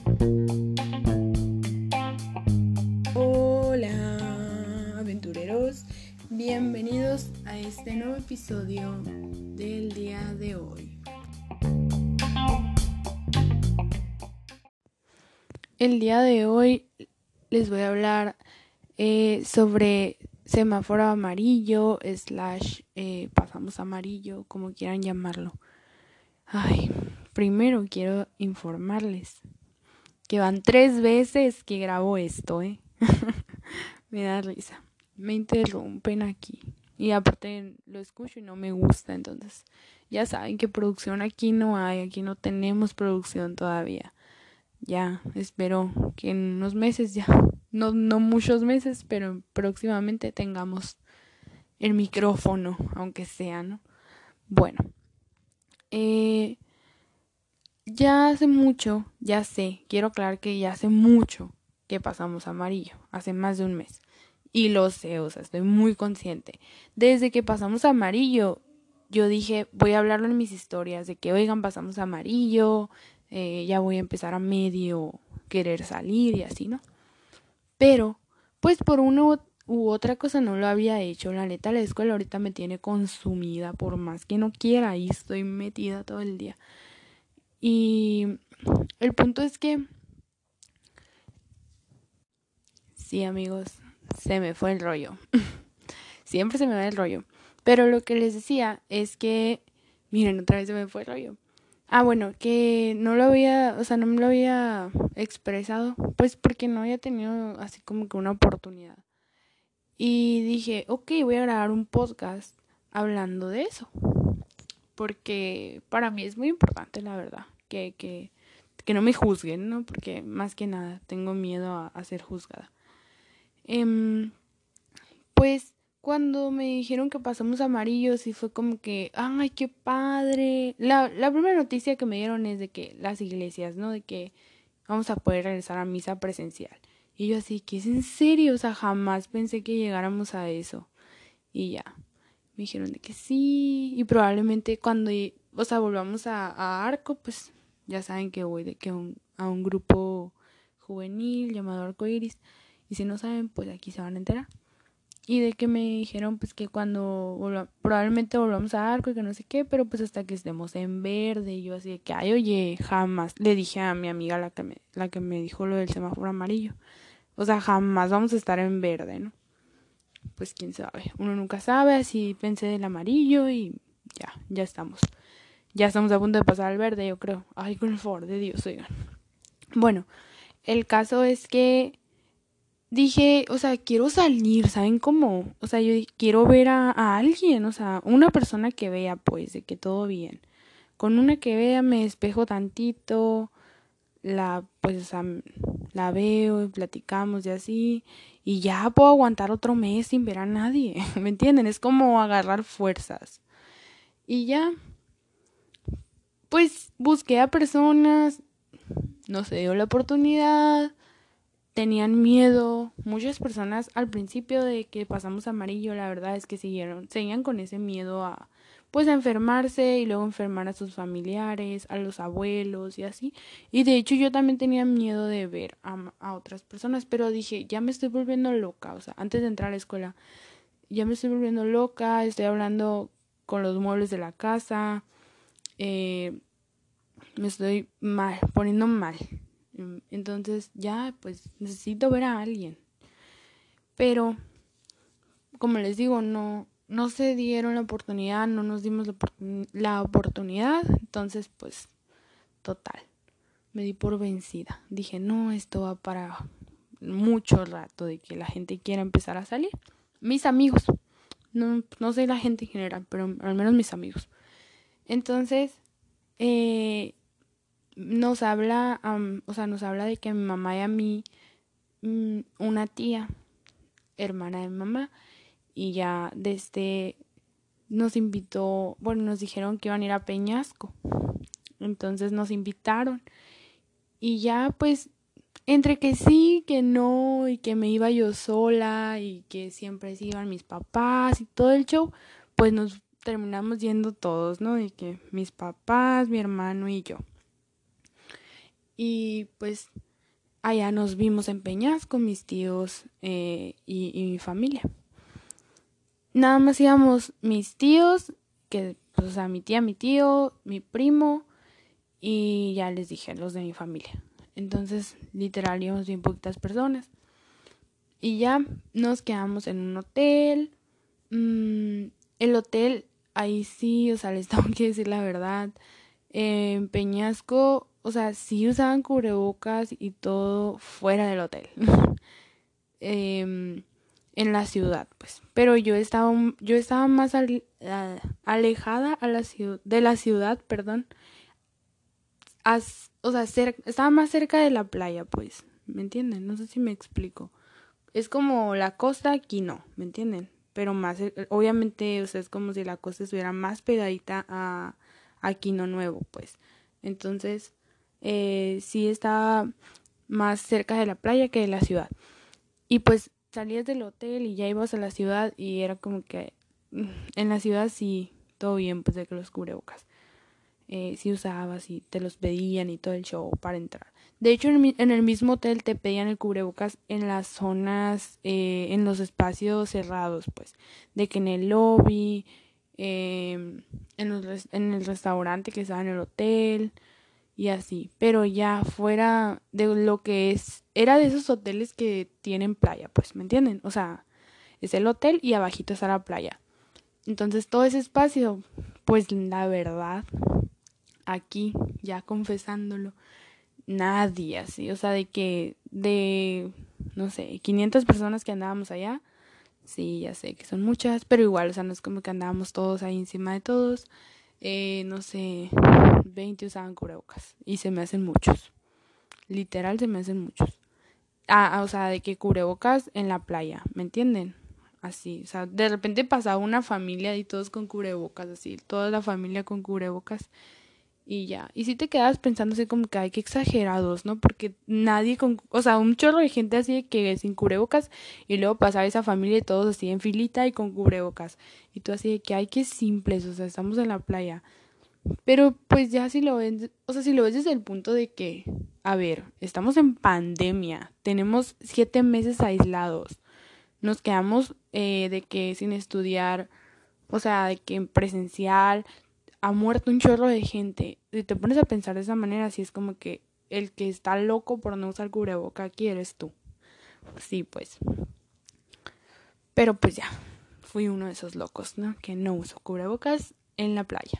Hola aventureros, bienvenidos a este nuevo episodio del día de hoy. El día de hoy les voy a hablar sobre semáforo amarillo / pasamos amarillo, como quieran llamarlo. Primero quiero informarles que van 3 veces que grabo esto, Me da risa. Me interrumpen aquí. Y aparte lo escucho y no me gusta. Entonces, ya saben que producción aquí no hay. Aquí no tenemos producción todavía. Ya, espero que en unos meses ya. No muchos meses, pero próximamente tengamos el micrófono, aunque sea, ¿no? Bueno. Ya hace mucho, ya sé, quiero aclarar que ya hace mucho que pasamos a amarillo. Hace más de un mes. Y lo sé, o sea, estoy muy consciente. Desde que pasamos a amarillo, yo dije, voy a hablarlo en mis historias, de que, oigan, pasamos a amarillo, ya voy a empezar a medio querer salir y así, ¿no? Pero, pues por una u otra cosa no lo había hecho. La neta, la escuela ahorita me tiene consumida, por más que no quiera, ahí estoy metida todo el día. Y el punto es que, sí, amigos, se me fue el rollo. Siempre se me va el rollo. Pero lo que les decía es que, miren, otra vez se me fue el rollo. Bueno, que no lo había, o sea, no me lo había expresado, pues porque no había tenido así como que una oportunidad. Y dije, ok, voy a grabar un podcast hablando de eso. Porque para mí es muy importante, la verdad, que no me juzguen, ¿no? Porque más que nada tengo miedo a ser juzgada. Pues cuando me dijeron que pasamos amarillos y fue como que, ay, qué padre. La primera noticia que me dieron es de que las iglesias, ¿no? De que vamos a poder regresar a misa presencial. Y yo así, que es en serio, o sea, jamás pensé que llegáramos a eso. Y ya, me dijeron de que sí. Y probablemente cuando, o sea, volvamos a Arco, pues ya saben que voy de que a un grupo juvenil llamado Arco Iris. Y si no saben, pues aquí se van a enterar. Y de que me dijeron pues que cuando probablemente volvamos a Arco y que no sé qué, pero pues hasta que estemos en verde. Y yo así de que, ay, oye, jamás. Le dije a mi amiga la que me dijo lo del semáforo amarillo. O sea, jamás vamos a estar en verde, ¿no? Pues quién sabe. Uno nunca sabe, así pensé del amarillo y ya estamos. Ya estamos a punto de pasar al verde, yo creo. Ay, con el favor de Dios, oigan. Bueno, el caso es que dije, o sea, quiero salir, ¿saben cómo? O sea, yo quiero ver a alguien, o sea, una persona que vea, pues, de que todo bien. Con una que vea me despejo tantito, pues, o sea, la veo y platicamos y así, y ya puedo aguantar otro mes sin ver a nadie, ¿me entienden? Es como agarrar fuerzas. Y ya, pues, busqué a personas, no se dio la oportunidad. Tenían miedo. Muchas personas al principio de que pasamos a amarillo, la verdad es que seguían con ese miedo a pues a enfermarse y luego enfermar a sus familiares, a los abuelos y así. Y de hecho yo también tenía miedo de ver a otras personas, pero dije, ya me estoy volviendo loca, o sea, antes de entrar a la escuela, ya me estoy volviendo loca, estoy hablando con los muebles de la casa, me estoy poniendo mal. Entonces ya pues necesito ver a alguien. Pero como les digo, no se dieron la oportunidad, no nos dimos la oportunidad. Entonces pues total, me di por vencida. Dije, no, esto va para mucho rato de que la gente quiera empezar a salir. Mis amigos, no sé la gente en general, pero al menos mis amigos. Entonces nos habla, nos habla de que a mi mamá y a mí, una tía, hermana de mi mamá, y ya nos invitó, bueno, nos dijeron que iban a ir a Peñasco. Entonces nos invitaron. Y ya pues, entre que sí, que no, y que me iba yo sola, y que siempre se iban mis papás y todo el show, pues nos terminamos yendo todos, ¿no? De que mis papás, mi hermano y yo. Y pues allá nos vimos en Peñas con mis tíos y mi familia. Nada más íbamos mis tíos, que pues, o sea, mi tía, mi tío, mi primo y ya les dije, los de mi familia. Entonces, literal, íbamos bien poquitas personas. Y ya nos quedamos en un hotel. El hotel, ahí sí, o sea, les tengo que decir la verdad. En Peñasco, o sea, sí usaban cubrebocas y todo fuera del hotel. em, en la ciudad, pues. Pero yo estaba más alejada de la ciudad, perdón. O sea, estaba más cerca de la playa, pues. ¿Me entienden? No sé si me explico. Es como la costa, aquí no, ¿me entienden? Pero más, obviamente, o sea, es como si la costa estuviera más pegadita a Quino Nuevo, pues. Entonces, sí estaba más cerca de la playa que de la ciudad. Y pues salías del hotel y ya ibas a la ciudad y era como que en la ciudad sí, todo bien, pues de que los cubrebocas. Sí usabas y te los pedían y todo el show para entrar. De hecho, en el mismo hotel te pedían el cubrebocas en las zonas, en los espacios cerrados, pues, de que en el lobby, en el restaurante que estaba en el hotel y así. Pero ya fuera de lo que era de esos hoteles que tienen playa, pues, ¿me entienden? O sea, es el hotel y abajito está la playa. Entonces todo ese espacio, pues la verdad, aquí, ya confesándolo, nadie así, o sea, no sé, 500 personas que andábamos allá, sí, ya sé que son muchas, pero igual, o sea, no es como que andábamos todos ahí encima de todos, no sé, 20 usaban cubrebocas y se me hacen muchos, literal se me hacen muchos. O sea, de que cubrebocas en la playa, ¿me entienden? Así, o sea, de repente pasaba una familia y todos con cubrebocas, así, toda la familia con cubrebocas y ya. Y si te quedas pensando así como que hay que exagerados, ¿no? Porque nadie o sea, un chorro de gente así de que sin cubrebocas y luego pasaba esa familia y todos así en filita y con cubrebocas. Y tú así de que hay que simples, o sea, estamos en la playa. Pero pues ya si lo ves, o sea, si lo ves desde el punto de que, a ver, estamos en pandemia, tenemos 7 meses aislados, nos quedamos de que sin estudiar, o sea, de que en presencial, ha muerto un chorro de gente. Si te pones a pensar de esa manera, así es como que el que está loco por no usar cubreboca aquí eres tú. Sí, pues. Pero pues ya, fui uno de esos locos, ¿no? Que no uso cubrebocas en la playa.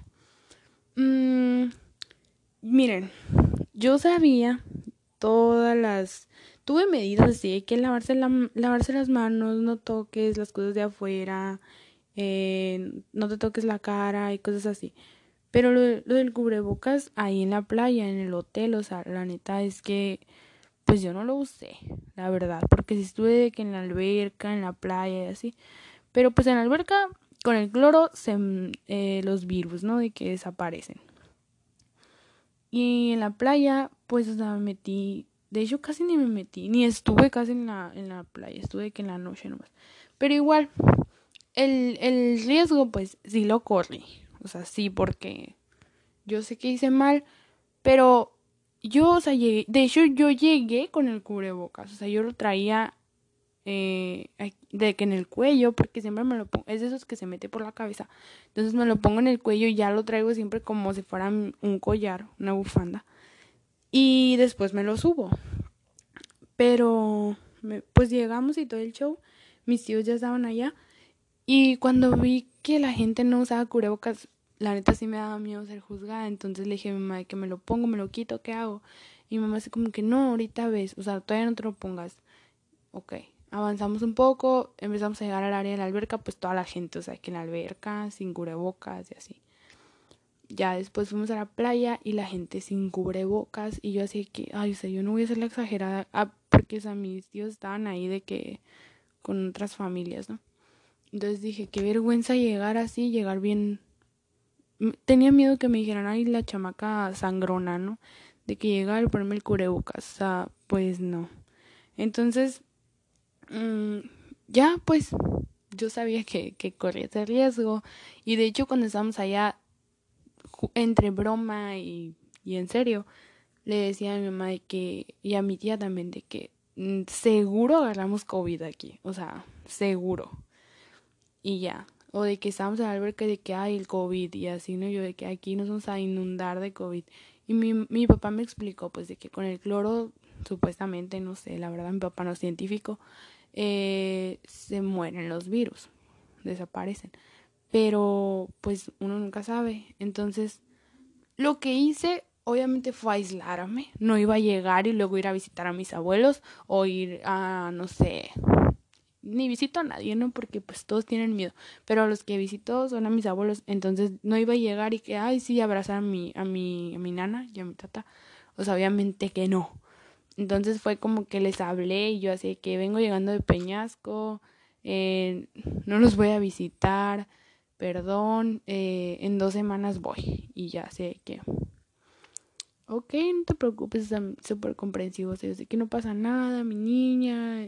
Miren, yo sabía todas las... Tuve medidas así, hay que lavarse las manos, no toques las cosas de afuera, no te toques la cara y cosas así. Pero lo del cubrebocas ahí en la playa, en el hotel, o sea, la neta es que pues yo no lo usé, la verdad, porque si estuve de que en la alberca, en la playa y así, pero pues en la alberca con el cloro los virus, ¿no? De que desaparecen. Y en la playa, pues, o sea, me metí. De hecho, casi ni me metí. Ni estuve casi en la playa. Estuve que en la noche nomás. Pero igual, el riesgo, pues, sí lo corrí. O sea, sí, porque yo sé que hice mal. Pero yo, o sea, llegué. De hecho, yo llegué con el cubrebocas. O sea, yo lo traía de que en el cuello, porque siempre me lo pongo, es de esos que se mete por la cabeza, entonces me lo pongo en el cuello y ya lo traigo siempre como si fuera un collar, una bufanda, y después me lo subo, pero pues llegamos y todo el show, mis tíos ya estaban allá, y cuando vi que la gente no usaba cubrebocas, la neta sí me daba miedo ser juzgada, entonces le dije a mi mamá que me lo pongo, me lo quito, ¿qué hago? Y mi mamá así como que no, ahorita ves, o sea, todavía no te lo pongas. Ok, avanzamos un poco, empezamos a llegar al área de la alberca, pues toda la gente, o sea, que en la alberca, sin cubrebocas y así. Ya después fuimos a la playa y la gente sin cubrebocas y yo así que, ay, o sea, yo no voy a ser la exagerada, porque, o sea, mis tíos estaban ahí de que con otras familias, ¿no? Entonces dije, qué vergüenza llegar así, llegar bien. Tenía miedo que me dijeran, ay, la chamaca sangrona, ¿no? De que llegara y ponerme el cubrebocas, o sea, pues no. Entonces, Mm, ya, pues yo sabía que corría ese riesgo y de hecho cuando estábamos allá, entre broma y en serio, le decía a mi mamá de que, y a mi tía también, de que seguro agarramos COVID aquí, o sea, seguro. Y ya, o de que estábamos en la alberca de que hay el COVID y así, ¿no? Yo de que aquí nos vamos a inundar de COVID. Y mi papá me explicó, pues, de que con el cloro, supuestamente, no sé, la verdad, mi papá no es científico, se mueren los virus, desaparecen. Pero, pues, uno nunca sabe. Entonces, lo que hice, obviamente, fue aislarme. No iba a llegar y luego ir a visitar a mis abuelos o ir a, no sé, ni visito a nadie, ¿no? Porque pues todos tienen miedo. Pero a los que visito son a mis abuelos. Entonces no iba a llegar y que, ay, sí, abrazar a mi nana y a mi tata. O sea, obviamente que no. Entonces fue como que les hablé y yo así que vengo llegando de Peñasco, eh, no los voy a visitar, perdón, en 2 semanas voy. Y ya sé que, ok, no te preocupes, están súper comprensivos. Yo sé que no pasa nada, mi niña,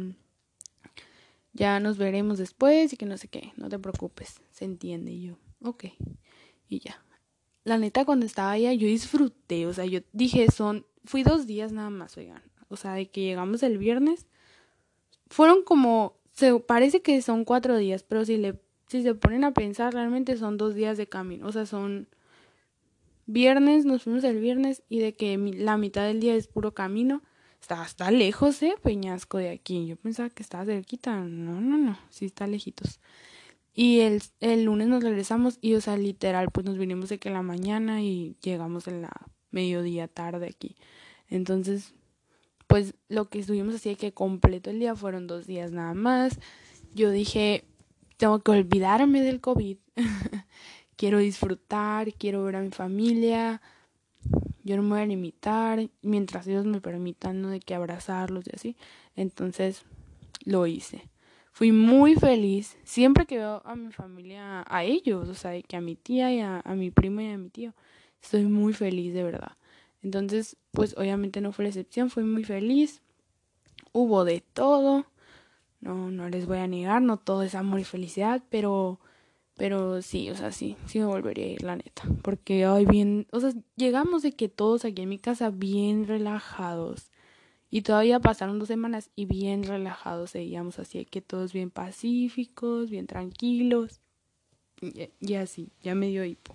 ya nos veremos después y que no sé qué, no te preocupes, se entiende. Y yo, ok, y ya. La neta, cuando estaba allá, yo disfruté, o sea, yo dije, fui 2 días nada más, oigan, o sea, de que llegamos el viernes, fueron como, parece que son 4 días, pero si se ponen a pensar, realmente son 2 días de camino, o sea, son viernes, nos fuimos el viernes y de que la mitad del día es puro camino. Está lejos, Peñasco de aquí. Yo pensaba que estaba cerquita. No, no, no. Sí está lejitos. Y el lunes nos regresamos y, o sea, literal, pues nos vinimos de que en la mañana y llegamos en la mediodía tarde aquí. Entonces, pues lo que estuvimos así de que completo el día fueron 2 días nada más. Yo dije, tengo que olvidarme del COVID. Quiero disfrutar, quiero ver a mi familia. Yo no me voy a limitar mientras ellos me permitan, ¿no? De que abrazarlos y así. Entonces, lo hice. Fui muy feliz siempre que veo a mi familia, a ellos, o sea, que a mi tía y a mi primo y a mi tío. Estoy muy feliz, de verdad. Entonces, pues obviamente no fue la excepción, fui muy feliz. Hubo de todo. No, no les voy a negar, no todo es amor y felicidad, pero sí, o sea, sí me volvería a ir, la neta. Porque hoy bien, o sea, llegamos de que todos aquí en mi casa bien relajados. Y todavía pasaron 2 semanas y bien relajados seguíamos así, que todos bien pacíficos, bien tranquilos. Y así, ya me dio hipo.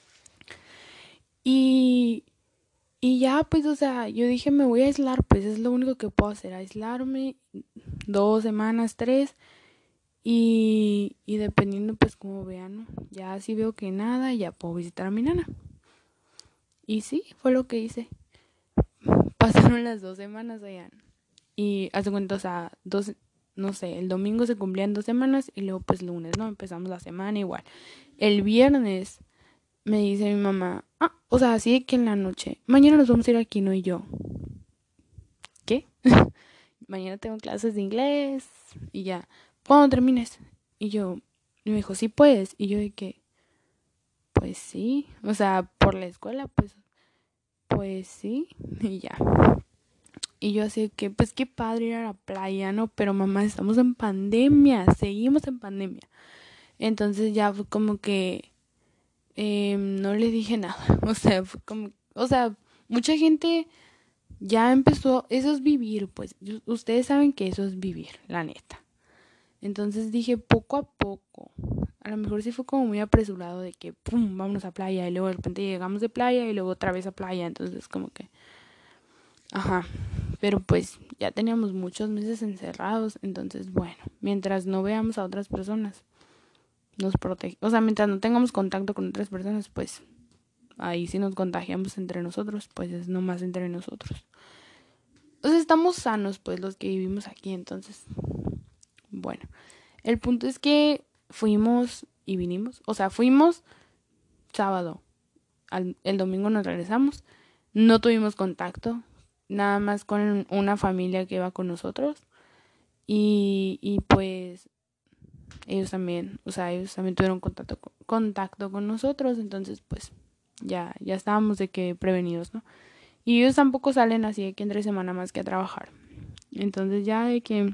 Y, y ya, pues, o sea, yo dije, me voy a aislar, pues es lo único que puedo hacer, aislarme 2 semanas, 3. Y dependiendo, pues, como vean, ¿no? Ya si veo que nada, ya puedo visitar a mi nana. Y sí, fue lo que hice. Pasaron las 2 semanas allá. Y hace cuenta, o sea, no sé, el domingo se cumplían 2 semanas y luego pues lunes, ¿no? Empezamos la semana igual. El viernes me dice mi mamá, o sea, así de que en la noche, mañana nos vamos a ir aquí, no y yo. ¿Qué? Mañana tengo clases de inglés y ya. ¿Cuándo termines? Y me dijo, sí puedes. Y yo de que, pues sí, o sea, por la escuela, pues sí, y ya. Y yo así que, pues qué padre ir a la playa, ¿no? Pero mamá, estamos en pandemia, seguimos en pandemia. Entonces ya fue como que no le dije nada. O sea, fue como, o sea, mucha gente ya empezó, eso es vivir, pues. Ustedes saben que eso es vivir, la neta. Entonces dije poco a poco. A lo mejor sí fue como muy apresurado de que, pum, vámonos a playa. Y luego de repente llegamos de playa y luego otra vez a playa. Entonces como que, ajá. Pero pues ya teníamos muchos meses encerrados. Entonces, bueno, mientras no veamos a otras personas, nos protege. O sea, mientras no tengamos contacto con otras personas, pues ahí sí nos contagiamos entre nosotros, pues es nomás entre nosotros. O sea, estamos sanos, pues los que vivimos aquí. Entonces, bueno. El punto es que fuimos y vinimos. O sea, fuimos sábado. El domingo nos regresamos. No tuvimos contacto. Nada más con una familia que iba con nosotros. Y pues ellos también, o sea, ellos también tuvieron contacto con nosotros. Entonces, pues ya estábamos de que prevenidos, ¿no? Y ellos tampoco salen así de que entre semana más que a trabajar. Entonces ya de que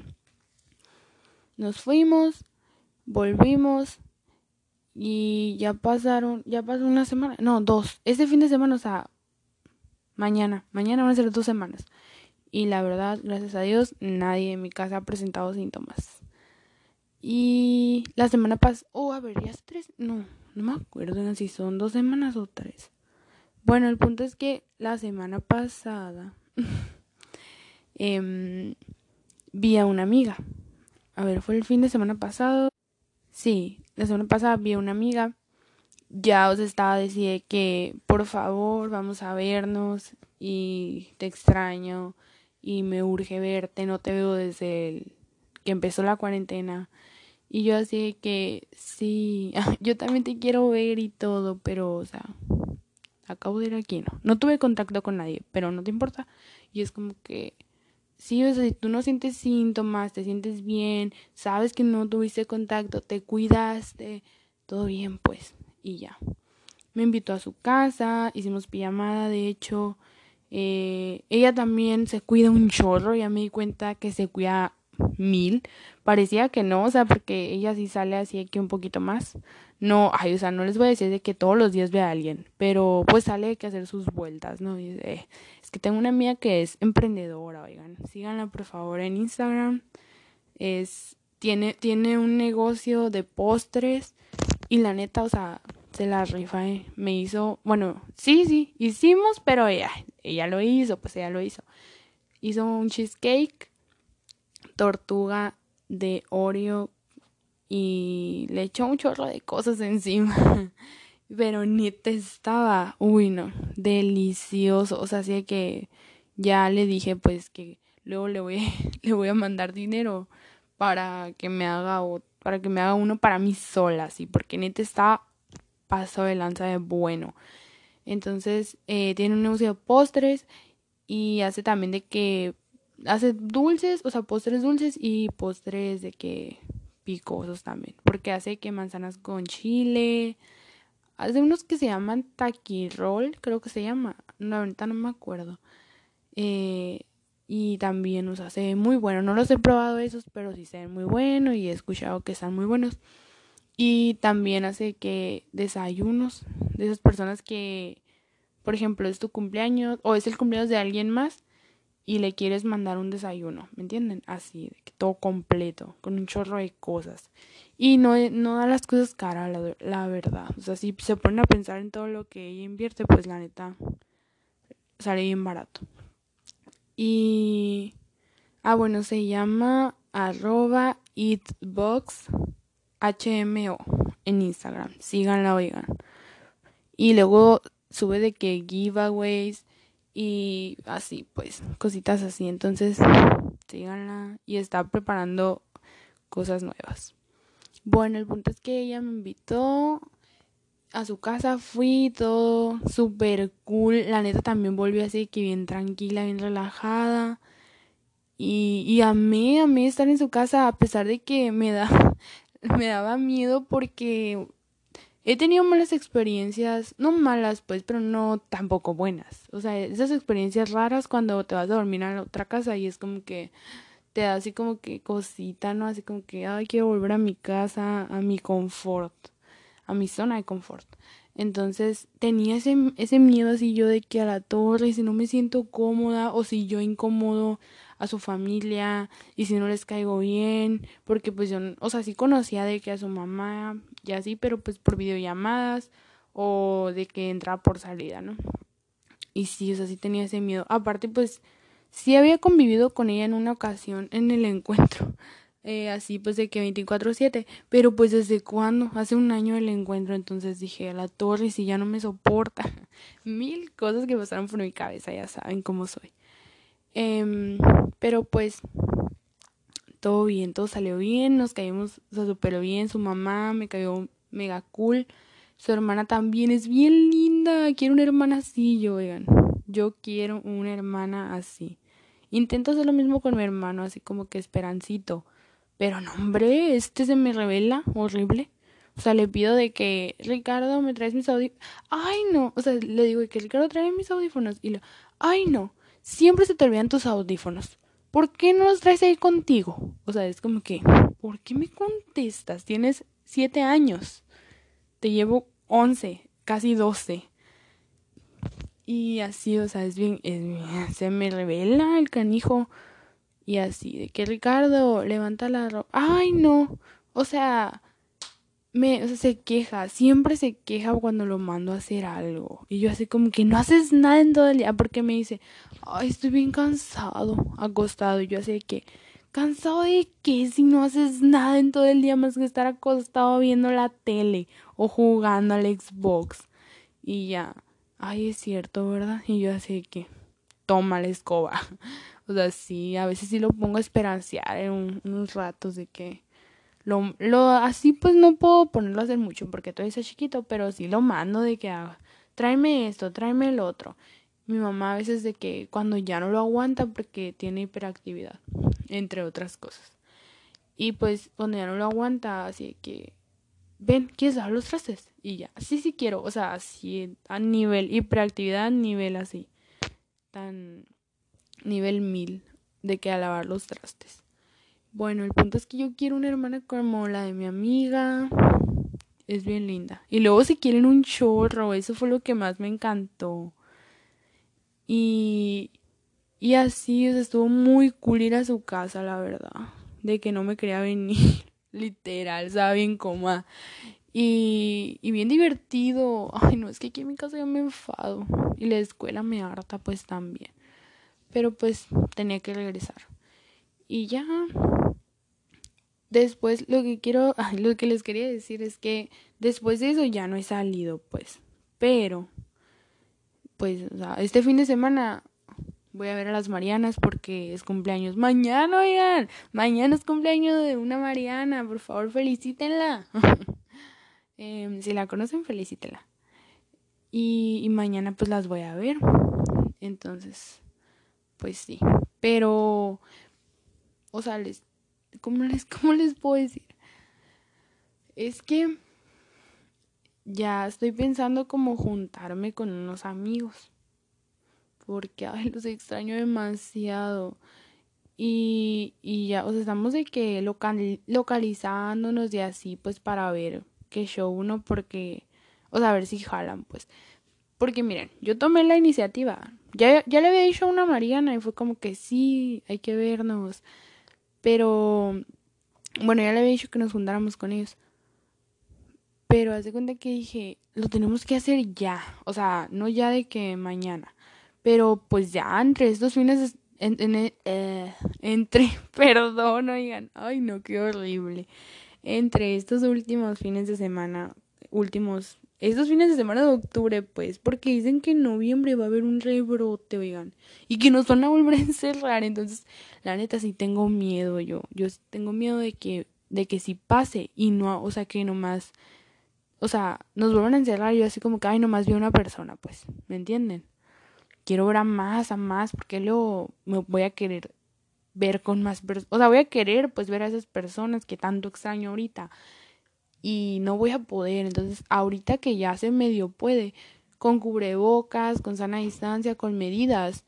nos fuimos, volvimos. Y ya pasó una semana, no, 2. Ese fin de semana, o sea, Mañana van a ser 2 semanas. Y la verdad, gracias a Dios, nadie en mi casa ha presentado síntomas. Y la semana pasada, a ver, ya es 3, no me acuerdo si son 2 semanas o 3. Bueno, el punto es que la semana pasada vi a una amiga. A ver, fue el fin de semana pasado. Sí, la semana pasada vi a una amiga. Ya os estaba diciendo que por favor vamos a vernos y te extraño y me urge verte, no te veo desde que empezó la cuarentena. Y yo así de que sí, yo también te quiero ver y todo, pero o sea, acabo de ir aquí, no tuve contacto con nadie, pero no te importa. Y es como que sí, o sea, si tú no sientes síntomas, te sientes bien, sabes que no tuviste contacto, te cuidaste, todo bien pues, y ya. Me invitó a su casa, hicimos pijamada, de hecho. Ella también se cuida un chorro, ya me di cuenta que se cuida 1000. Parecía que no, o sea, porque ella sí sale así aquí un poquito más. No, o sea, no les voy a decir de que todos los días ve a alguien, pero pues sale que hacer sus vueltas, ¿no? Y, es que tengo una amiga que es emprendedora, oigan, síganla por favor en Instagram. Tiene un negocio de postres y la neta, o sea, se la rifa, me hizo, bueno, sí, hicimos, pero ella lo hizo, pues ella lo hizo. Hizo un cheesecake, tortuga de Oreo y le echó un chorro de cosas encima. Pero neta estaba, uy no, delicioso. O sea, así que ya le dije pues que luego le voy a mandar dinero para que me haga uno para mí sola, así, porque neta está paso de lanza de bueno. Entonces, tiene un negocio de postres y hace también de que hace dulces, o sea, postres dulces y postres de que picosos también, porque hace que manzanas con chile, hace unos que se llaman taquirol, creo que se llama, no, ahorita no me acuerdo. Y también nos hace muy bueno, no los he probado esos, pero sí se ven muy buenos y he escuchado que están muy buenos. Y también hace que desayunos de esas personas que, por ejemplo, es tu cumpleaños o es el cumpleaños de alguien más y le quieres mandar un desayuno, ¿me entienden? Así, de que todo completo, con un chorro de cosas. Y no da las cosas caras, la verdad. O sea, si se ponen a pensar en todo lo que ella invierte, pues la neta sale bien barato. Y, bueno, se llama @eatboxhmo en Instagram. Síganla, oigan. Y luego sube de que giveaways y así, pues, cositas así. Entonces, síganla y está preparando cosas nuevas. Bueno, el punto es que ella me invitó a su casa, fui todo súper cool. La neta también volvió así que bien tranquila, bien relajada. Y amé estar en su casa a pesar de que me daba miedo porque he tenido malas experiencias, no malas pues, pero no tampoco buenas. O sea, esas experiencias raras cuando te vas a dormir a la otra casa y es como que te da así como que cosita, ¿no? Así como que, ay, quiero volver a mi casa, a mi confort, a mi zona de confort. Entonces tenía ese miedo así yo de que a la torre, si no me siento cómoda o si yo incomodo a su familia y si no les caigo bien, porque pues yo, o sea, sí conocía de que a su mamá y así, pero pues por videollamadas o de que entraba por salida, ¿no? Y sí, o sea, sí tenía ese miedo. Aparte, pues sí había convivido con ella en una ocasión en el encuentro. Así pues de que 24/7, pero pues desde cuándo, hace un año del encuentro, entonces dije a la torre si ya no me soporta, 1000 cosas que pasaron por mi cabeza, ya saben cómo soy. Pero pues todo bien, todo salió bien, nos caímos, o sea, súper bien, su mamá me cayó mega cool, su hermana también es bien linda, quiero una hermana así, oigan, yo quiero una hermana así. Intento hacer lo mismo con mi hermano, así como que esperancito. Pero no, hombre, se me revela horrible. O sea, le pido de que, Ricardo, ¿me traes mis audífonos? Ay, no. O sea, le digo que Ricardo trae mis audífonos. Y le, ay, no. Siempre se te olvidan tus audífonos. ¿Por qué no los traes ahí contigo? O sea, es como que, ¿por qué me contestas? Tienes 7 años. Te llevo 11, casi 12. Y así, o sea, se me revela el canijo. Y así, de que Ricardo levanta la ropa. Ay, no. O sea, o sea, se queja, siempre se queja cuando lo mando a hacer algo. Y yo así como que no haces nada en todo el día, porque me dice, ay, estoy bien cansado, acostado. Y yo así de que, ¿cansado de qué si no haces nada en todo el día más que estar acostado viendo la tele o jugando al Xbox? Y ya, ay, es cierto, ¿verdad? Y yo así de que, toma la escoba. O sea, sí, a veces sí lo pongo a esperanciar en unos ratos de que así pues no puedo ponerlo a hacer mucho porque todavía está chiquito, pero sí lo mando de que tráeme esto, tráeme el otro. Mi mamá a veces de que cuando ya no lo aguanta porque tiene hiperactividad, entre otras cosas. Y pues cuando ya no lo aguanta, así de que, ven, ¿quieres lavar los trastes? Y ya, sí, sí quiero, o sea, así a nivel hiperactividad, nivel así, tan nivel 1000 de que a lavar los trastes. Bueno, el punto es que yo quiero una hermana como la de mi amiga. Es bien linda. Y luego si quieren un chorro, eso fue lo que más me encantó. Y, y así, o sea, estuvo muy cool ir a su casa, la verdad. De que no me quería venir. Literal, estaba bien cómoda. Y bien divertido. Ay, no, es que aquí en mi casa yo me enfado. Y la escuela me harta, pues también. Pero pues tenía que regresar. Y ya, después lo que les quería decir es que después de eso ya no he salido, pues. Pero, pues, o sea, este fin de semana voy a ver a las Marianas porque es cumpleaños. Mañana, oigan, mañana es cumpleaños de una Mariana, por favor, felicítenla. Si la conocen, felicítenla. Y mañana pues las voy a ver. Entonces, pues sí. Pero, o sea, cómo les puedo decir? Es que ya estoy pensando como juntarme con unos amigos. Porque, ay, los extraño demasiado. Y ya, o sea, estamos de que localizándonos y así, pues para ver qué show uno, porque, o sea, a ver si jalan, pues. Porque miren, yo tomé la iniciativa. Ya le había dicho a una Mariana y fue como que sí, hay que vernos. Pero, bueno, ya le había dicho que nos juntáramos con ellos. Pero haz de cuenta que dije, lo tenemos que hacer ya. O sea, no ya de que mañana. Pero pues ya entre estos fines, entre, perdón, oigan, ay no, qué horrible. Entre estos últimos fines de semana, estos fines de semana de octubre, pues, porque dicen que en noviembre va a haber un rebrote, oigan, y que nos van a volver a encerrar. Entonces, la neta sí tengo miedo yo sí tengo miedo de que si pase y no, o sea, que nomás, o sea, nos vuelvan a encerrar y yo así como que, ay, nomás vi a una persona, pues, ¿me entienden? Quiero ver a más, porque luego me voy a querer ver con más personas, o sea, voy a querer pues ver a esas personas que tanto extraño ahorita y no voy a poder. Entonces, ahorita que ya se medio puede, con cubrebocas, con sana distancia, con medidas,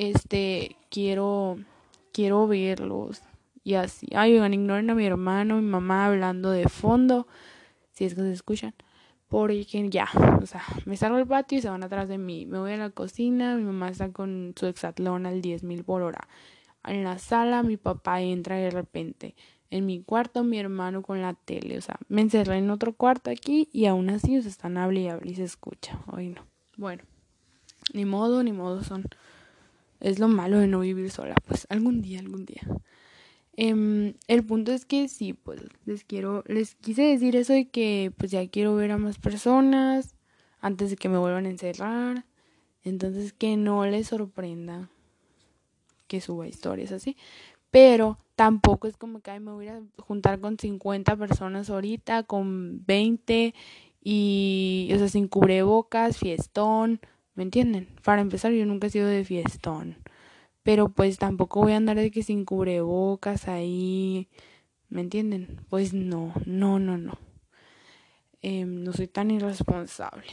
quiero verlos y así. Ay, oigan, ignoren a mi hermano, mi mamá hablando de fondo, si es que se escuchan. Porque ya, o sea, me salgo al patio y se van atrás de mí. Me voy a la cocina, mi mamá está con su hexatlón al 10.000 por hora. En la sala mi papá entra de repente. En mi cuarto mi hermano con la tele. O sea, me encerré en otro cuarto aquí y aún así os están hable y hable y se escucha. Ay no. Bueno, ni modo son. Es lo malo de no vivir sola. Pues algún día, algún día. El punto es que sí, pues les quise decir eso de que pues ya quiero ver a más personas antes de que me vuelvan a encerrar. Entonces que no les sorprenda que suba historias así. Pero tampoco es como que ay, me voy a juntar con 50 personas ahorita, con 20 y, o sea, sin cubrebocas, fiestón, ¿me entienden? Para empezar, yo nunca he sido de fiestón, pero pues tampoco voy a andar de que sin cubrebocas ahí, ¿me entienden? Pues no, no, no, no. No soy tan irresponsable.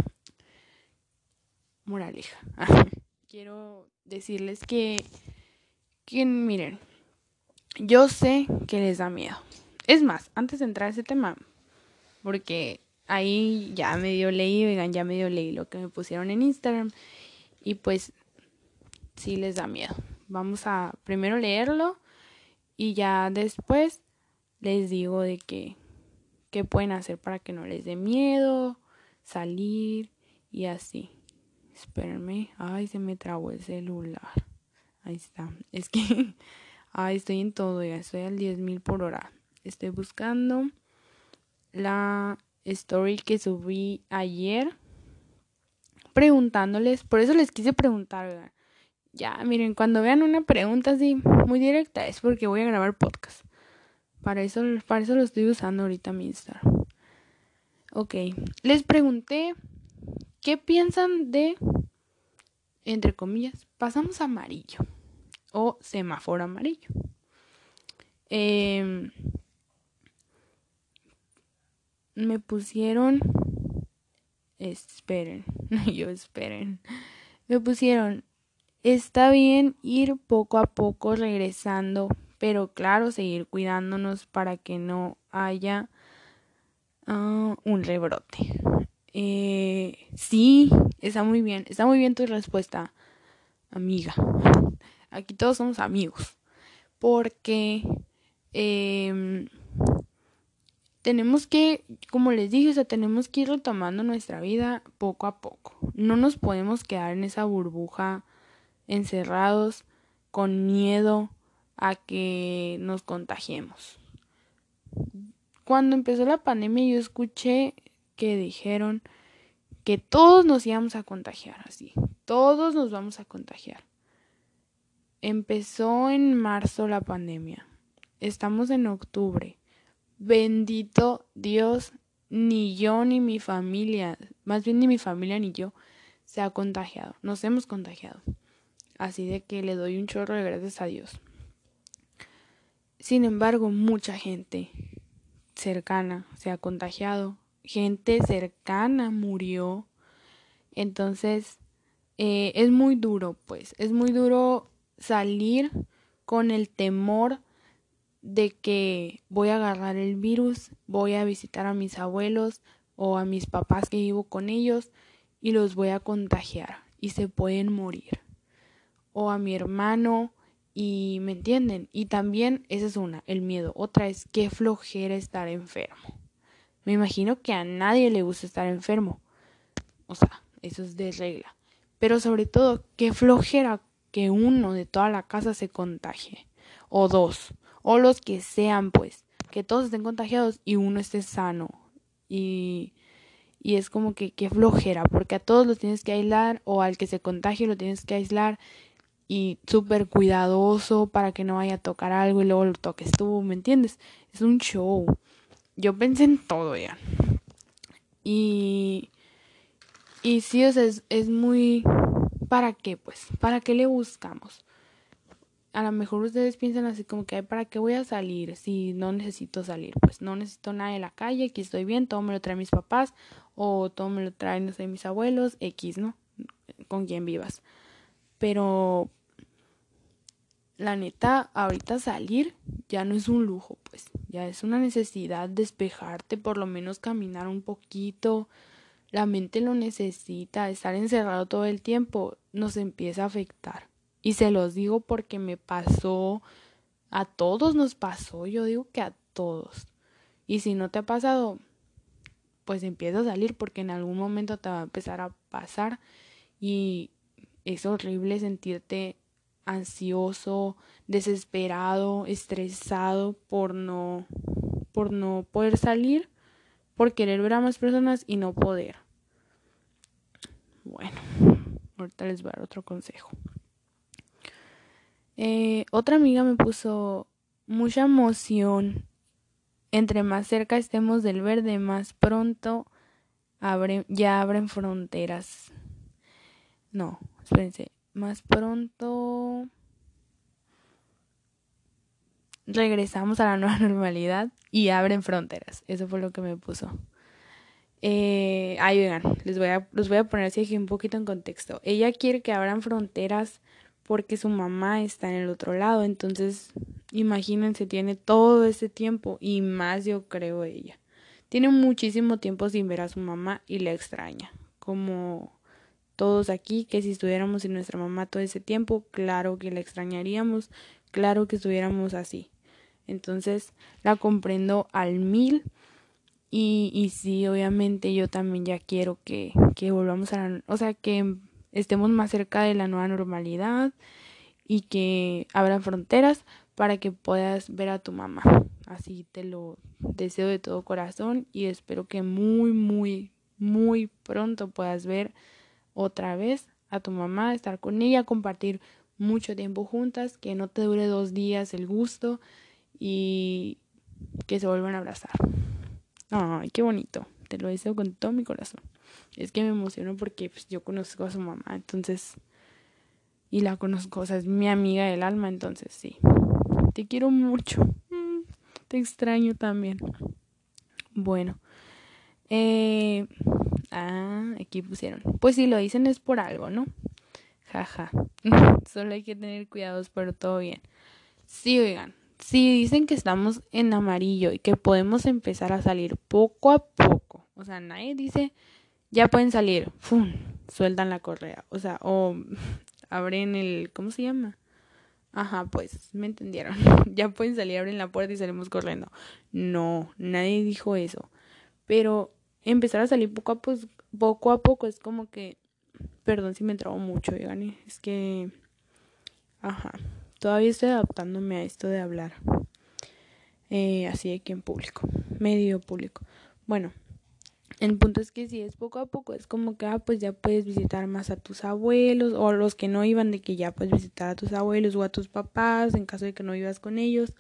Moraleja. Quiero decirles que miren, yo sé que les da miedo. Es más, antes de entrar a ese tema, porque ahí ya medio leí, oigan, ya medio leí lo que me pusieron en Instagram. y pues sí les da miedo. Vamos a primero leerlo y ya después les digo de qué pueden hacer para que no les dé miedo, salir y así. Espérenme, ay, se me trabó el celular. Ahí está. Es que, ay, estoy en todo, ya estoy al 10,000 por hora. Estoy buscando la story que subí ayer preguntándoles, por eso les quise preguntar, ¿verdad? Ya, miren, cuando vean una pregunta así muy directa es porque voy a grabar podcast. Para eso lo estoy usando ahorita mi Instagram. Ok, les pregunté qué piensan de, entre comillas, pasamos amarillo o semáforo amarillo. Me pusieron, esperen, esperen. Me pusieron, está bien ir poco a poco regresando, pero claro, seguir cuidándonos para que no haya un rebrote. Sí, está muy bien tu respuesta, amiga. Aquí todos somos amigos, porque tenemos que, como les dije, o sea, tenemos que ir retomando nuestra vida poco a poco. No nos podemos quedar en esa burbuja encerrados con miedo a que nos contagiemos. Cuando empezó la pandemia yo escuché que dijeron que todos nos íbamos a contagiar, así, todos nos vamos a contagiar. Empezó en marzo la pandemia, estamos en octubre. Bendito Dios, ni yo ni mi familia, más bien ni mi familia ni yo, se ha contagiado, nos hemos contagiado. Así de que le doy un chorro de gracias a Dios. Sin embargo, mucha gente cercana se ha contagiado, gente cercana murió. Entonces, es muy duro, pues, es muy duro salir con el temor de que voy a agarrar el virus, voy a visitar a mis abuelos o a mis papás que vivo con ellos y los voy a contagiar y se pueden morir. O a mi hermano y me entienden. Y también esa es una, el miedo. Otra es qué flojera estar enfermo. Me imagino que a nadie le gusta estar enfermo. O sea, eso es de regla. Pero sobre todo, qué flojera que uno de toda la casa se contagie. O dos. O los que sean, pues. Que todos estén contagiados y uno esté sano. Y es como que qué flojera. Porque a todos los tienes que aislar. O al que se contagie lo tienes que aislar. Y súper cuidadoso para que no vaya a tocar algo y luego lo toques tú. ¿Me entiendes? Es un show. Yo pensé en todo ya. Y sí, o sea, es muy... ¿Para qué, pues? ¿Para qué le buscamos? A lo mejor ustedes piensan así como que, ¿para qué voy a salir si no necesito salir? Pues no necesito nada de la calle, aquí estoy bien, todo me lo traen mis papás o todo me lo traen, no sé, mis abuelos, X, ¿no? Con quien vivas. Pero la neta, ahorita salir ya no es un lujo, pues. Ya es una necesidad despejarte, por lo menos caminar un poquito. La mente lo necesita, estar encerrado todo el tiempo nos empieza a afectar. Y se los digo porque me pasó, a todos nos pasó, yo digo que a todos. Y si no te ha pasado, pues empieza a salir porque en algún momento te va a empezar a pasar y es horrible sentirte ansioso, desesperado, estresado por no poder salir, por querer ver a más personas y no poder. Bueno, ahorita les voy a dar otro consejo. Otra amiga me puso mucha emoción. Entre más cerca estemos del verde, más pronto ya abren fronteras. No, espérense. Más pronto regresamos a la nueva normalidad y abren fronteras. Eso fue lo que me puso. Oigan, los voy a poner así un poquito en contexto. Ella quiere que abran fronteras porque su mamá está en el otro lado. Entonces, imagínense, tiene todo ese tiempo y más, yo creo, ella. Tiene muchísimo tiempo sin ver a su mamá y la extraña. Como todos aquí, que si estuviéramos sin nuestra mamá todo ese tiempo, claro que la extrañaríamos, claro que estuviéramos así. Entonces la comprendo al 1000 y sí, obviamente yo también ya quiero que volvamos o sea, que estemos más cerca de la nueva normalidad y que abran fronteras para que puedas ver a tu mamá. Así te lo deseo de todo corazón y espero que muy, muy, muy pronto puedas ver otra vez a tu mamá, estar con ella, compartir mucho tiempo juntas, que no te dure 2 días el gusto y que se vuelvan a abrazar. Ay, qué bonito. Te lo deseo con todo mi corazón. Es que me emociono porque pues, yo conozco a su mamá, entonces, y la conozco, o sea, es mi amiga del alma, entonces sí. Te quiero mucho. Te extraño también. Bueno. Aquí pusieron. Pues si lo dicen es por algo, ¿no? Jaja. Solo hay que tener cuidados, pero todo bien. Sí, oigan. Si dicen que estamos en amarillo y que podemos empezar a salir poco a poco. O sea, nadie dice, ya pueden salir. ¡Fum! Sueltan la correa. O sea, o abren el... ¿Cómo se llama? Ajá, pues, me entendieron. Ya pueden salir, abren la puerta y salimos corriendo. No, nadie dijo eso. Pero empezar a salir poco a poco es como que... Perdón si me trabo mucho, oigan. Es que... Ajá. Todavía estoy adaptándome a esto de hablar. Así aquí en público. Medio público. Bueno, el punto es que si es poco a poco, es como que, pues ya puedes visitar más a tus abuelos, o los que no iban, de que ya puedes visitar a tus abuelos o a tus papás, en caso de que no vivas con ellos.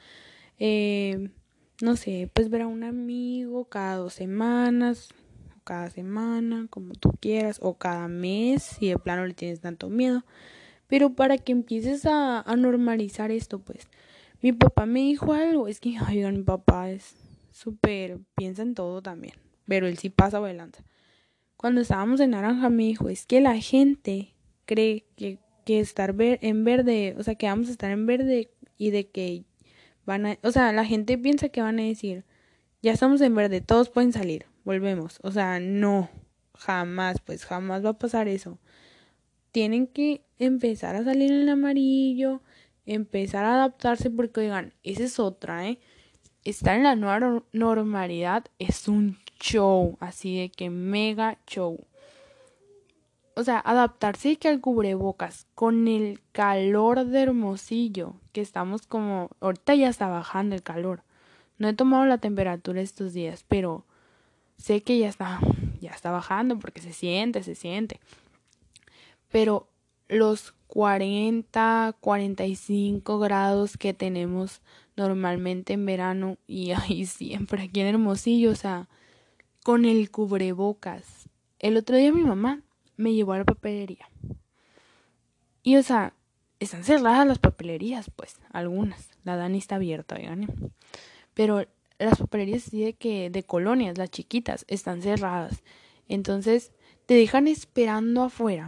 No sé, pues ver a un amigo cada 2 semanas, o cada semana, como tú quieras, o cada mes, si de plano le tienes tanto miedo. Pero para que empieces a normalizar esto, pues, mi papá me dijo algo, es que, oigan, mi papá es súper, piensa en todo también, pero él sí pasa bailando. Cuando estábamos en Naranja me dijo, es que la gente cree que estar en verde, o sea, que vamos a estar en verde y de que o sea, la gente piensa que van a decir, ya estamos en verde, todos pueden salir, volvemos. O sea, no, jamás, pues jamás va a pasar eso. Tienen que empezar a salir en el amarillo, empezar a adaptarse porque, oigan, esa es otra, Estar en la nueva normalidad es un show, así de que mega show. O sea, adaptarse que al cubrebocas con el calor de Hermosillo, que estamos como, ahorita ya está bajando el calor. No he tomado la temperatura estos días, pero sé que ya está bajando porque se siente. Pero los 40, 45 grados que tenemos normalmente en verano y ahí siempre aquí en Hermosillo, o sea, con el cubrebocas. El otro día mi mamá me llevó a la papelería. Y o sea, están cerradas las papelerías, pues, algunas. La Dani está abierta, oigan. Pero las papelerías así de colonias, las chiquitas, están cerradas. Entonces, te dejan esperando afuera.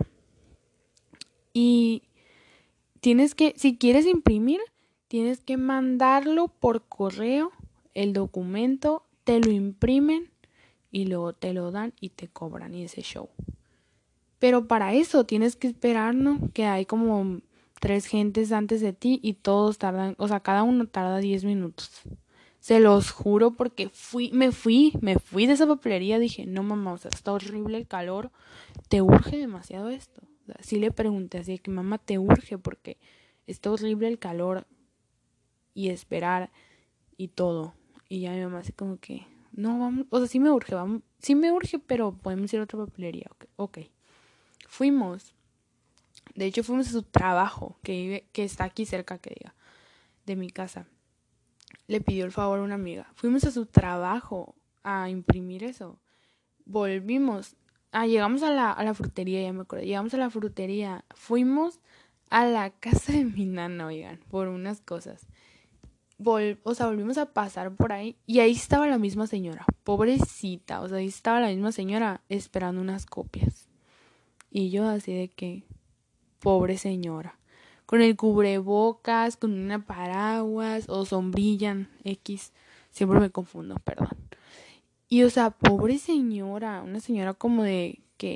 Y tienes que, si quieres imprimir, tienes que mandarlo por correo, el documento, te lo imprimen y luego te lo dan y te cobran y ese show. Pero para eso tienes que esperar, ¿no? Que hay como 3 gentes antes de ti y todos tardan, o sea, cada uno tarda 10 minutos. Se los juro porque me fui de esa papelería, dije, no mamá, o sea, está horrible el calor, te urge demasiado esto. O sea, sí le pregunté así, que mamá, te urge porque está horrible el calor y esperar y todo. Y ya mi mamá así como que, no, vamos, o sea, sí me urge, pero podemos ir a otra papelería, ok. Fuimos, de hecho fuimos a su trabajo, que está aquí cerca, que diga, de mi casa. Le pidió el favor a una amiga. Fuimos a su trabajo a imprimir eso. Volvimos. Llegamos a la frutería, ya me acuerdo. Llegamos a la frutería. Fuimos a la casa de mi nana, oigan, por unas cosas. O sea, volvimos a pasar por ahí y ahí estaba la misma señora. Pobrecita, o sea, ahí estaba la misma señora esperando unas copias. Y yo así de que, pobre señora. Con el cubrebocas, con una paraguas o sombrilla X. Siempre me confundo, perdón. Y o sea, pobre señora, una señora como de, ¿qué?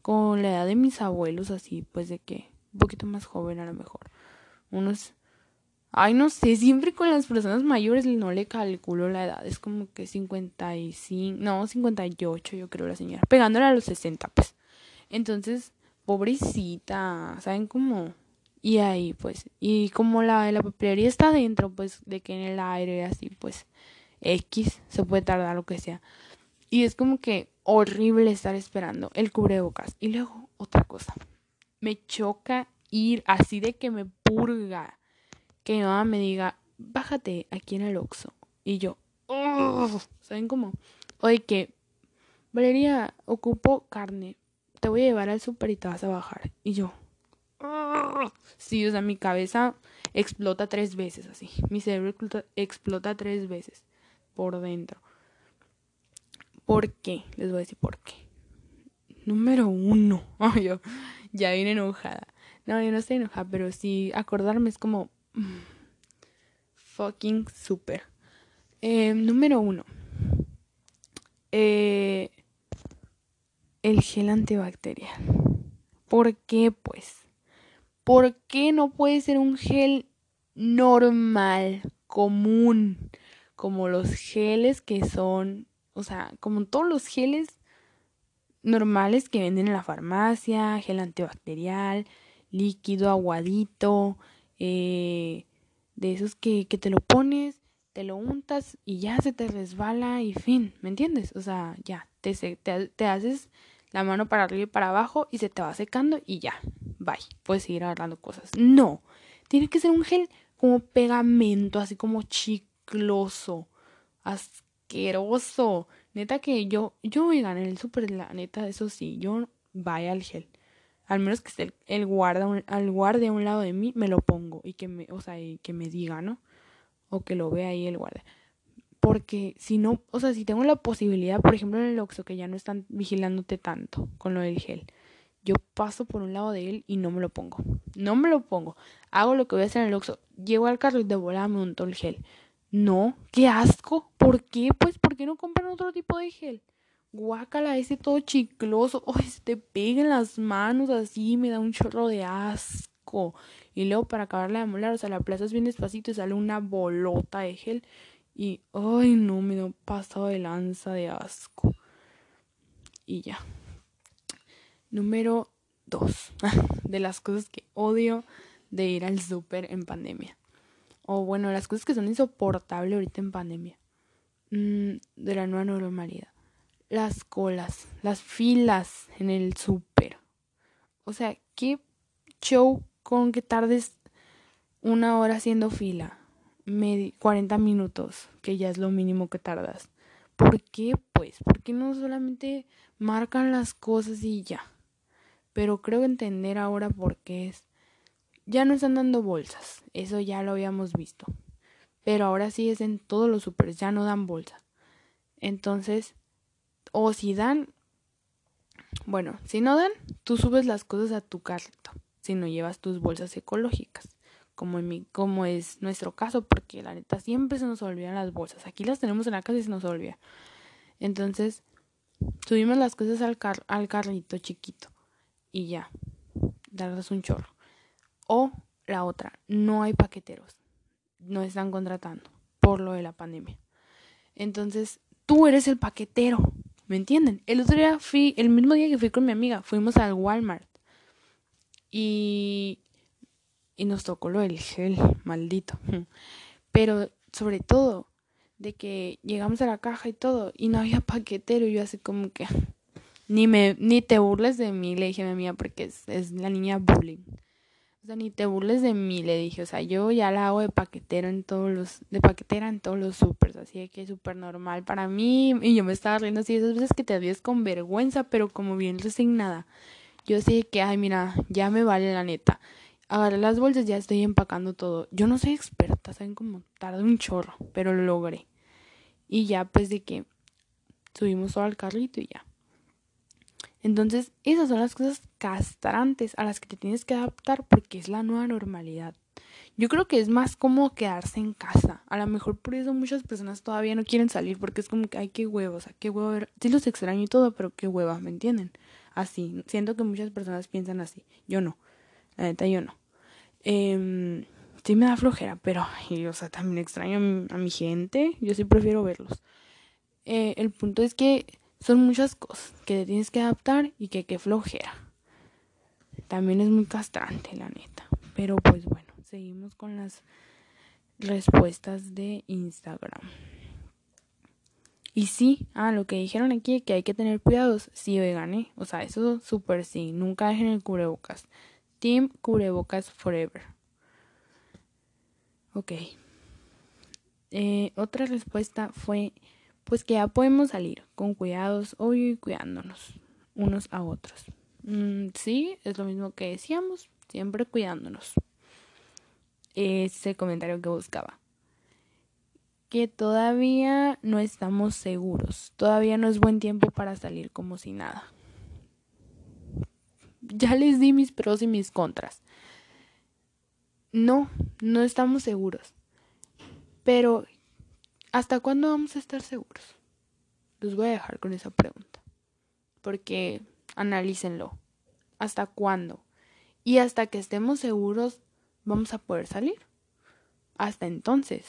con la edad de mis abuelos, así, pues de que un poquito más joven a lo mejor. Unos, ay, no sé, siempre con las personas mayores no le calculo la edad, es como que 55, no, 58 yo creo la señora, pegándole a los 60 pues. Entonces, pobrecita, ¿saben cómo? Y ahí, pues, y como la papelería está adentro, pues, de que en el aire, así, pues, X, se puede tardar lo que sea. Y es como que horrible estar esperando el cubrebocas. Y luego, otra cosa, me choca ir así de que me purga, que mi mamá me diga, bájate aquí en el Oxxo. Y yo, ugh, ¿saben cómo? O de que, Valeria, ocupo carne, te voy a llevar al súper y te vas a bajar. Y yo, ugh. Sí, o sea, mi cabeza explota 3 veces así. Mi cerebro explota 3 veces por dentro. ¿Por qué? Les voy a decir por qué. Número 1. Ay, yo ya vine enojada. No, yo no estoy enojada, pero sí acordarme es como fucking súper. Número 1. El gel antibacterial. ¿Por qué, pues? ¿Por qué no puede ser un gel normal, común, como los geles que son, o sea, como todos los geles normales que venden en la farmacia, gel antibacterial, líquido, aguadito, de esos que te lo pones, te lo untas y ya se te resbala y fin, ¿me entiendes? O sea, ya, te haces la mano para arriba y para abajo y se te va secando y ya, bye, puedes seguir agarrando cosas. No, tiene que ser un gel como pegamento, así como chicloso, asqueroso. Neta que yo oigan, en el súper, la neta, eso sí, yo vaya al gel. Al menos que esté al guardia a un lado de mí, me lo pongo y que me, o sea, y que me diga, ¿no? O que lo vea ahí el guardia. Porque si no, o sea, si tengo la posibilidad, por ejemplo en el Oxxo, que ya no están vigilándote tanto con lo del gel, yo paso por un lado de él y no me lo pongo. No me lo pongo. Hago lo que voy a hacer en el Oxxo. Llego al carro y de volada me unto el gel. No, qué asco. ¿Por qué? Pues, ¿por qué no compran otro tipo de gel? Guácala, ese todo chicloso. Ay, se te pega en las manos así, me da un chorro de asco. Y luego para acabarla de molar, o sea, la aplazas bien despacito y sale una bolota de gel. Y, ay, no, me da un pasado de lanza de asco. Y ya. Número 2. De las cosas que odio de ir al súper en pandemia. O bueno, las cosas que son insoportables ahorita en pandemia. De la nueva normalidad. Las colas, las filas en el súper. O sea, qué show con que tardes 1 hora haciendo fila. 40 minutos, que ya es lo mínimo que tardas. ¿Por qué, pues? ¿Por qué no solamente marcan las cosas y ya? Pero creo entender ahora por qué es. Ya no están dando bolsas, eso ya lo habíamos visto. Pero ahora sí es en todos los supers, ya no dan bolsas. Entonces, o si dan, bueno, si no dan, tú subes las cosas a tu carrito, si no llevas tus bolsas ecológicas, como es nuestro caso, porque la neta siempre se nos olvidan las bolsas. Aquí las tenemos en la casa y se nos olvida. Entonces, subimos las cosas al carrito chiquito y ya, darles un chorro. O la otra, no hay paqueteros, no están contratando por lo de la pandemia. Entonces, tú eres el paquetero, ¿me entienden? El otro día el mismo día que fui con mi amiga, fuimos al Walmart y nos tocó lo del gel, maldito. Pero sobre todo, de que llegamos a la caja y todo, y no había paquetero, y yo así como que, ni te burles de mí, le dije a mi amiga, porque es la niña bullying. O sea, ni te burles de mí, le dije. O sea, yo ya la hago de paquetera en todos los supers, así de que es súper normal para mí. Y yo me estaba riendo así esas veces que te ríes con vergüenza, pero como bien resignada. Yo así de que, ay, mira, ya me vale la neta. Agarré las bolsas, ya estoy empacando todo. Yo no soy experta, saben cómo tardé un chorro, pero lo logré. Y ya pues de que subimos todo al carrito y ya. Entonces, esas son las cosas castrantes a las que te tienes que adaptar porque es la nueva normalidad. Yo creo que es más como quedarse en casa. A lo mejor por eso muchas personas todavía no quieren salir porque es como que, ay, qué huevo, o sea, qué huevo. Sí los extraño y todo, pero qué hueva, ¿me entienden? así. Siento que muchas personas piensan así. Yo no. La neta, yo no. Sí me da flojera, pero, ay, o sea, también extraño a mi gente. Yo sí prefiero verlos. El punto es que son muchas cosas que te tienes que adaptar y que qué flojera. También es muy castrante, la neta. Pero pues bueno, seguimos con las respuestas de Instagram. Y sí, lo que dijeron aquí, que hay que tener cuidados, sí, oigan, o sea, eso súper sí, nunca dejen el cubrebocas. Team cubrebocas forever. Ok. Otra respuesta fue, pues que ya podemos salir con cuidados, obvio, y cuidándonos unos a otros. Sí, es lo mismo que decíamos, siempre cuidándonos. Ese es el comentario que buscaba. Que todavía no estamos seguros, todavía no es buen tiempo para salir como si nada. Ya les di mis pros y mis contras. No estamos seguros. Pero, ¿hasta cuándo vamos a estar seguros? Los voy a dejar con esa pregunta. Porque analícenlo. ¿Hasta cuándo? Y hasta que estemos seguros, vamos a poder salir. Hasta entonces.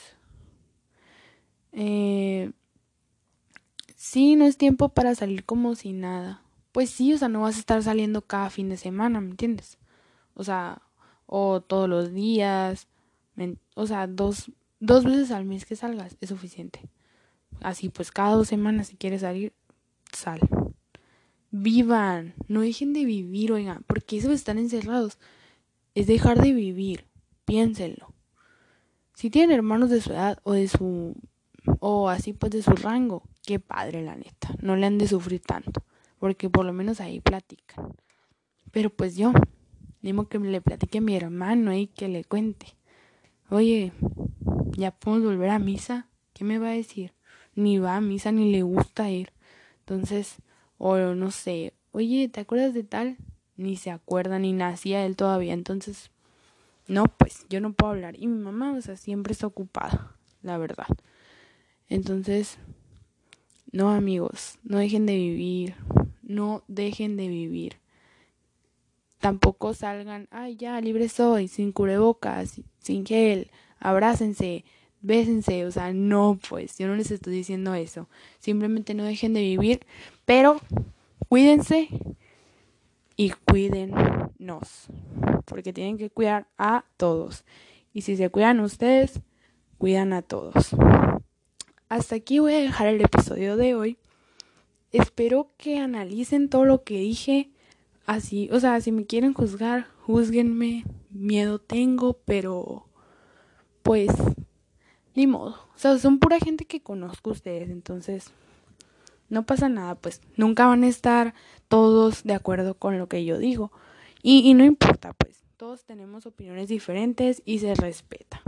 Sí, no es tiempo para salir como si nada. Pues sí, o sea, no vas a estar saliendo cada fin de semana, ¿me entiendes? O sea, o todos los días. O sea, dos veces al mes que salgas es suficiente. Así pues, cada 2 semanas si quieres salir, sal. Vivan, no dejen de vivir, oigan, porque eso de estar encerrados es dejar de vivir. Piénsenlo. Si tienen hermanos de su edad o así pues de su rango, qué padre la neta, no le han de sufrir tanto, porque por lo menos ahí platican. Pero pues yo, mismo que le platique a mi hermano y que le cuente, oye, ya podemos volver a misa, ¿qué me va a decir? Ni va a misa ni le gusta ir. Entonces, o no sé, oye, ¿te acuerdas de tal? Ni se acuerda, ni nacía él todavía. Entonces, no, pues yo no puedo hablar. Y mi mamá, o sea, siempre está ocupada, la verdad. Entonces, no, amigos, no dejen de vivir. No dejen de vivir. Tampoco salgan, ay, ya, libre soy, sin cubrebocas, sin gel, abrácense, bésense, o sea, no, pues, yo no les estoy diciendo eso. Simplemente no dejen de vivir, pero cuídense y cuídennos, porque tienen que cuidar a todos. Y si se cuidan ustedes, cuidan a todos. Hasta aquí voy a dejar el episodio de hoy. Espero que analicen todo lo que dije. Así, o sea, si me quieren juzgar, júzguenme. Miedo tengo, pero pues ni modo. O sea, son pura gente que conozco ustedes, entonces no pasa nada, pues nunca van a estar todos de acuerdo con lo que yo digo. Y no importa, pues todos tenemos opiniones diferentes y se respeta.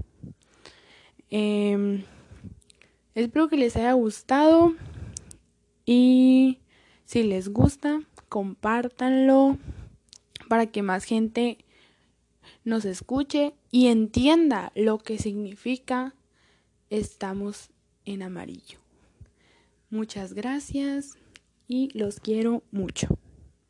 Espero que les haya gustado y si les gusta, compártanlo para que más gente nos escuche y entienda lo que significa estamos en amarillo. Muchas gracias y los quiero mucho.